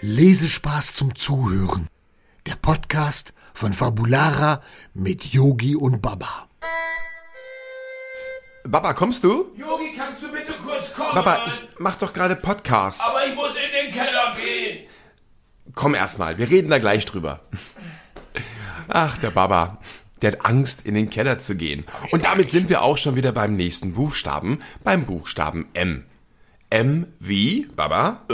Lesespaß zum Zuhören. Der Podcast von Fabulara mit Yogi und Baba. Baba, kommst du? Yogi, kannst du bitte kurz kommen? Baba, ich mach doch gerade Podcast. Aber ich muss in den Keller gehen. Komm erst mal, wir reden da gleich drüber. Ach, der Baba, der hat Angst, in den Keller zu gehen. Und damit sind wir auch schon wieder beim nächsten Buchstaben, beim Buchstaben M. M wie, Baba?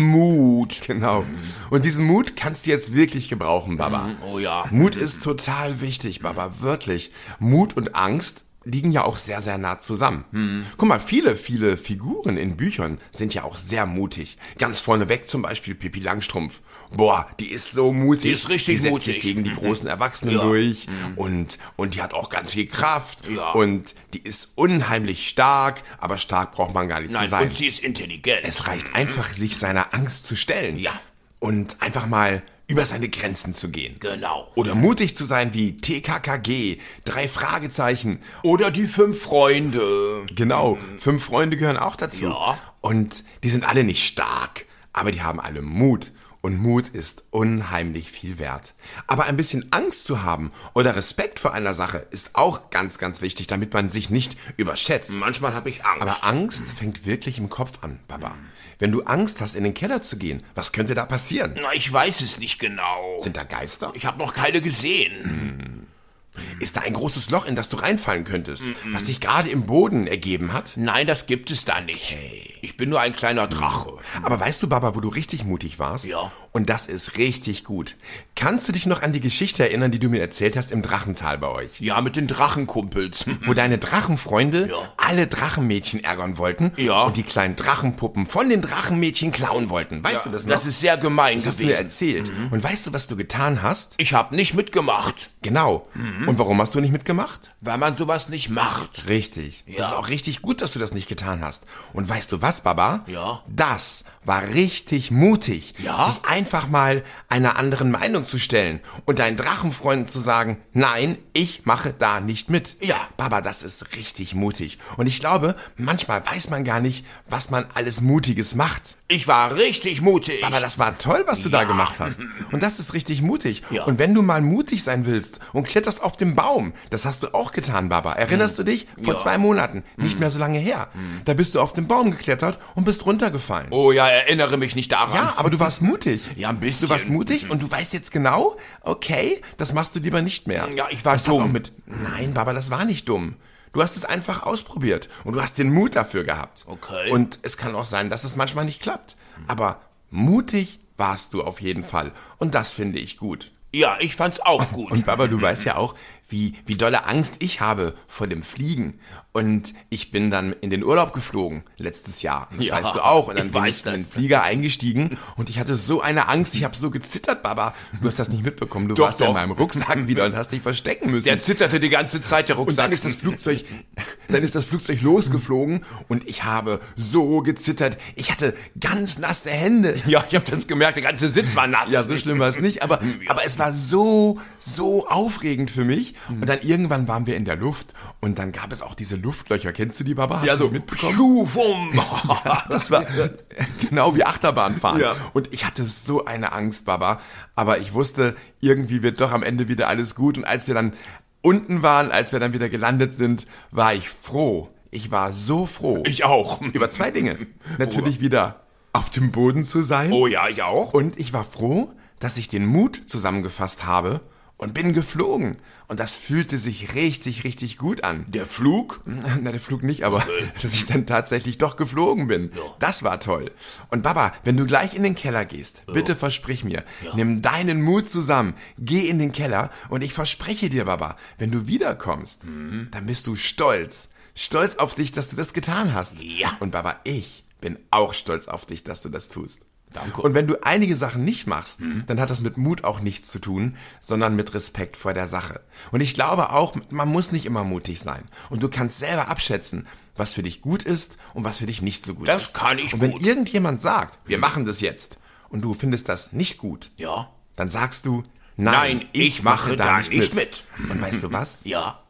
Mut. Genau. Und diesen Mut kannst du jetzt wirklich gebrauchen, Baba. Oh ja. Mut ist total wichtig, Baba, wirklich. Mut und Angst liegen ja auch sehr, sehr nah zusammen. Guck mal, viele Figuren in Büchern sind ja auch sehr mutig. Ganz vorneweg zum Beispiel Pippi Langstrumpf. Boah, die ist so mutig. Die ist richtig die setzt mutig. sich gegen die großen Erwachsenen durch. Und die hat auch ganz viel Kraft. Ja. Und die ist unheimlich stark. Aber stark braucht man gar nicht zu sein. Und sie ist intelligent. Es reicht einfach, sich seiner Angst zu stellen. Ja. Und einfach mal über seine Grenzen zu gehen. Genau. Oder mutig zu sein wie TKKG, 3 Fragezeichen. Oder die 5 Freunde. Genau, 5 Freunde gehören auch dazu. Ja. Und die sind alle nicht stark, aber die haben alle Mut. Und Mut ist unheimlich viel wert. Aber ein bisschen Angst zu haben oder Respekt vor einer Sache ist auch ganz, ganz wichtig, damit man sich nicht überschätzt. Manchmal habe ich Angst. Aber Angst fängt wirklich im Kopf an, Baba. Wenn du Angst hast, in den Keller zu gehen, was könnte da passieren? Na, ich weiß es nicht genau. Sind da Geister? Ich habe noch keine gesehen. Ist da ein großes Loch, in das du reinfallen könntest, was sich gerade im Boden ergeben hat? Nein, das gibt es da nicht. Ich bin nur ein kleiner Drache. Aber weißt du, Baba, wo du richtig mutig warst? Ja. Und das ist richtig gut. Kannst du dich noch an die Geschichte erinnern, die du mir erzählt hast im Drachental bei euch? Ja, mit den Drachenkumpels. Wo deine Drachenfreunde Ja. alle Drachenmädchen ärgern wollten Ja. und die kleinen Drachenpuppen von den Drachenmädchen klauen wollten. Weißt du das noch? Das ist sehr gemein Das hast du mir erzählt. Und weißt du, was du getan hast? Ich habe nicht mitgemacht, Genau. Und warum hast du nicht mitgemacht? weil man sowas nicht macht. Richtig. Ja. Das ist auch richtig gut, dass du das nicht getan hast. Und weißt du was, Baba? Ja. Das war richtig mutig, Ja? sich einfach mal einer anderen Meinung zu stellen und deinen Drachenfreunden zu sagen, nein, ich mache da nicht mit. Ja. Baba, das ist richtig mutig. Und ich glaube, manchmal weiß man gar nicht, was man alles Mutiges macht. Ich war richtig mutig. Aber das war toll, was du da Ja. gemacht hast. Und das ist richtig mutig. Ja. Und wenn du mal mutig sein willst und kletterst auf dem Baum, das hast du auch getan, Baba. Erinnerst du dich? Vor Ja. 2 Monaten. Nicht mehr so lange her. Da bist du auf den Baum geklettert und bist runtergefallen. Oh ja, erinnere mich nicht daran. Ja, aber du warst mutig. Ja, ein bisschen. Du warst mutig und du weißt jetzt genau, okay, das machst du lieber nicht mehr. Ja, ich war das dumm. Hat auch Nein, Baba, das war nicht dumm. Du hast es einfach ausprobiert und du hast den Mut dafür gehabt. Okay. Und es kann auch sein, dass es manchmal nicht klappt. Aber mutig warst du auf jeden Fall. Und das finde ich gut. Ja, ich fand's auch gut. Und Baba, du weißt ja auch, wie dolle Angst ich habe vor dem Fliegen. Und ich bin dann in den Urlaub geflogen, letztes Jahr. Das Ja, weißt du auch. Und dann ich bin weiß ich in den das. Flieger eingestiegen und ich hatte so eine Angst. Ich habe so gezittert, Baba. Du hast das nicht mitbekommen. Du Doch, warst ja in doch. meinem Rucksack wieder und hast dich verstecken müssen. Der zitterte die ganze Zeit, der Und Rucksack. dann ist das Flugzeug losgeflogen und ich habe so gezittert. Ich hatte ganz nasse Hände. Ja, ich habe das gemerkt, der ganze Sitz war nass. Ja, so schlimm war es nicht, aber es war so aufregend für mich. Und dann irgendwann waren wir in der Luft und dann gab es auch diese Luftlöcher. Kennst du die, Baba? Hast Ja, du so die mitbekommen? Schufum. Das war genau wie Achterbahnfahren. Ja. Und ich hatte so eine Angst, Baba. Aber ich wusste, irgendwie wird doch am Ende wieder alles gut. Und als wir dann unten waren, als wir dann wieder gelandet sind, war ich froh. Ich war so froh. Ich auch. Über 2 Dinge. Natürlich wieder auf dem Boden zu sein. Oh ja, ich auch. Und ich war froh, dass ich den Mut zusammengefasst habe und bin geflogen. Und das fühlte sich richtig, richtig gut an. Der Flug? Na, der Flug nicht, aber dass ich dann tatsächlich doch geflogen bin. Ja. Das war toll. Und Baba, wenn du gleich in den Keller gehst, bitte versprich mir, nimm deinen Mut zusammen, geh in den Keller und ich verspreche dir, Baba, wenn du wiederkommst, dann bist du stolz. Stolz auf dich, dass du das getan hast. Ja. Und Baba, ich bin auch stolz auf dich, dass du das tust. Danke. Und wenn du einige Sachen nicht machst, dann hat das mit Mut auch nichts zu tun, sondern mit Respekt vor der Sache. Und ich glaube auch, man muss nicht immer mutig sein. Und du kannst selber abschätzen, was für dich gut ist und was für dich nicht so gut Das ist. kann ich Und wenn gut. irgendjemand sagt, wir machen das jetzt, und du findest das nicht gut, Ja. dann sagst du, Nein, ich mache da nicht mit. Und weißt du was? Ja.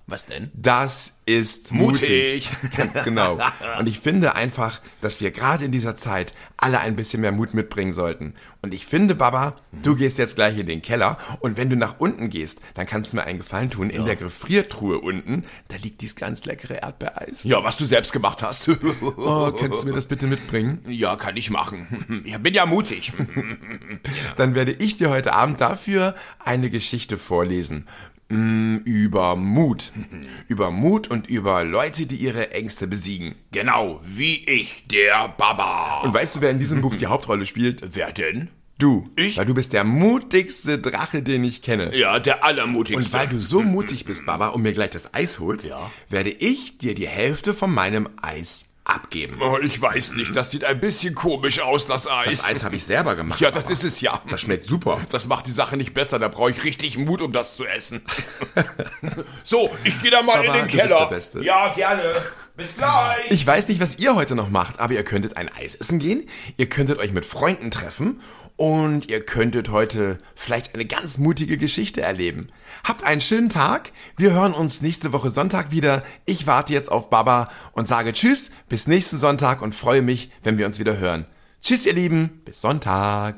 Was denn? Das ist mutig. Ganz genau. Und ich finde einfach, dass wir gerade in dieser Zeit alle ein bisschen mehr Mut mitbringen sollten. Und ich finde, Baba, du gehst jetzt gleich in den Keller und wenn du nach unten gehst, dann kannst du mir einen Gefallen tun. In der Gefriertruhe unten, da liegt dieses ganz leckere Erdbeereis. Ja, was du selbst gemacht hast. Oh, kannst du mir das bitte mitbringen? Ja, kann ich machen. Ich bin ja mutig. Dann werde ich dir heute Abend dafür eine Geschichte vorlesen. Über Mut. Über Mut und über Leute, die ihre Ängste besiegen. Genau, wie ich, der Baba. Und weißt du, wer in diesem Buch die Hauptrolle spielt? Wer denn? Du. Ich? Weil du bist der mutigste Drache, den ich kenne. Ja, der allermutigste. Und weil du so mutig bist, Baba, und mir gleich das Eis holst, werde ich dir die Hälfte von meinem Eis abgeben. Oh, ich weiß nicht, das sieht ein bisschen komisch aus, das Eis. Das Eis habe ich selber gemacht. Ja, das ist es ja. Das schmeckt super. Das macht die Sache nicht besser, da brauche ich richtig Mut, um das zu essen. So, ich gehe da mal Baba, in den du bist Keller. der Beste. Ja, gerne. Bis gleich. Ich weiß nicht, was ihr heute noch macht, aber ihr könntet ein Eis essen gehen, ihr könntet euch mit Freunden treffen und ihr könntet heute vielleicht eine ganz mutige Geschichte erleben. Habt einen schönen Tag, wir hören uns nächste Woche Sonntag wieder. Ich warte jetzt auf Baba und sage Tschüss, bis nächsten Sonntag und freue mich, wenn wir uns wieder hören. Tschüss, ihr Lieben, bis Sonntag.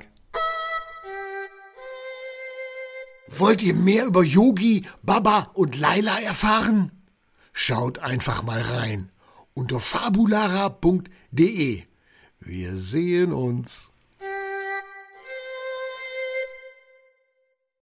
Wollt ihr mehr über Yogi, Baba und Laila erfahren? Schaut einfach mal rein unter fabulara.de. Wir sehen uns.